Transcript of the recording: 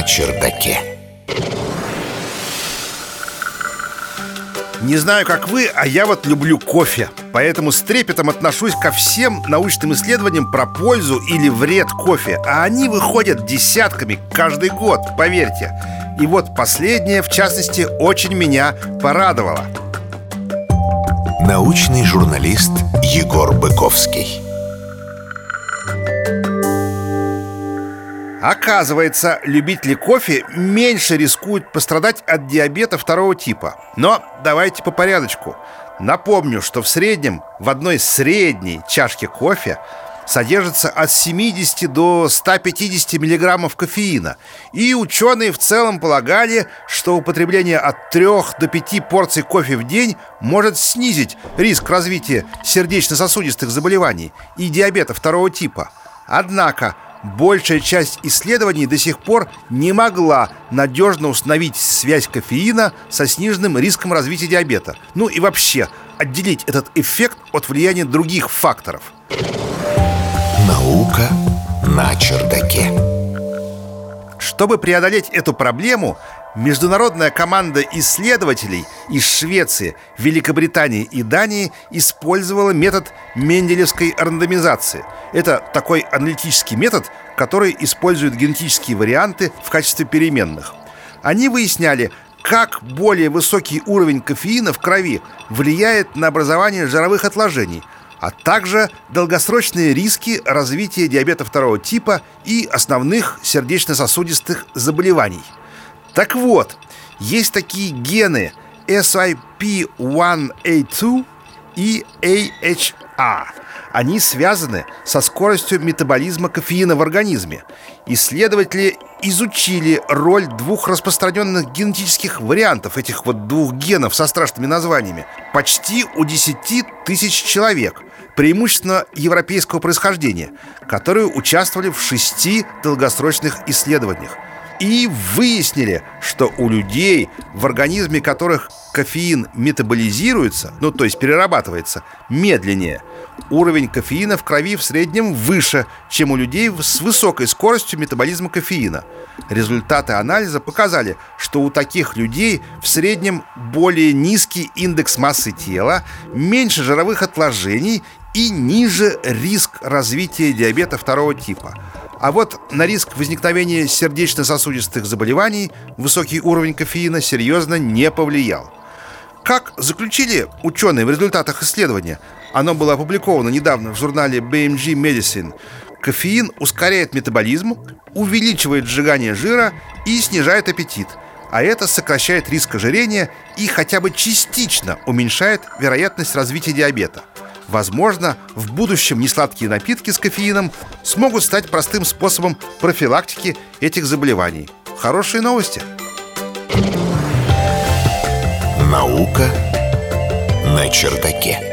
чердаке. Не знаю, как вы, а я вот люблю кофе. Поэтому с трепетом отношусь ко всем научным исследованиям про пользу или вред кофе. А они выходят десятками каждый год, поверьте. И вот последнее, в частности, очень меня порадовало. Научный журналист Егор Быковский. Оказывается, любители кофе меньше рискуют пострадать от диабета второго типа. Но давайте по порядочку. Напомню, что в среднем в одной средней чашке кофе содержится от 70 до 150 миллиграммов кофеина. И ученые в целом полагали, что употребление от 3 до 5 порций кофе в день может снизить риск развития сердечно-сосудистых заболеваний и диабета второго типа. Однако большая часть исследований до сих пор не могла надежно установить связь кофеина со сниженным риском развития диабета. Ну и вообще отделить этот эффект от влияния других факторов. Наука на чердаке. Чтобы преодолеть эту проблему, международная команда исследователей из Швеции, Великобритании и Дании использовала метод менделевской рандомизации. Это такой аналитический метод, который использует генетические варианты в качестве переменных. Они выясняли, как более высокий уровень кофеина в крови влияет на образование жировых отложений, а также долгосрочные риски развития диабета второго типа и основных сердечно-сосудистых заболеваний. Так вот, есть такие гены SIP1A2 и AHR. Они связаны со скоростью метаболизма кофеина в организме. Исследователи изучили роль двух распространенных генетических вариантов этих вот двух генов со страшными названиями почти у 10 тысяч человек, преимущественно европейского происхождения, которые участвовали в 6 долгосрочных исследованиях. И выяснили, что у людей, в организме которых кофеин метаболизируется, ну то есть перерабатывается, медленнее, уровень кофеина в крови в среднем выше, чем у людей с высокой скоростью метаболизма кофеина. Результаты анализа показали, что у таких людей в среднем более низкий индекс массы тела, меньше жировых отложений и ниже риск развития диабета второго типа. А вот на риск возникновения сердечно-сосудистых заболеваний высокий уровень кофеина серьезно не повлиял. Как заключили ученые в результатах исследования, оно было опубликовано недавно в журнале BMG Medicine, кофеин ускоряет метаболизм, увеличивает сжигание жира и снижает аппетит. А это сокращает риск ожирения и хотя бы частично уменьшает вероятность развития диабета. Возможно, в будущем несладкие напитки с кофеином смогут стать простым способом профилактики этих заболеваний. Хорошие новости. Наука на чердаке.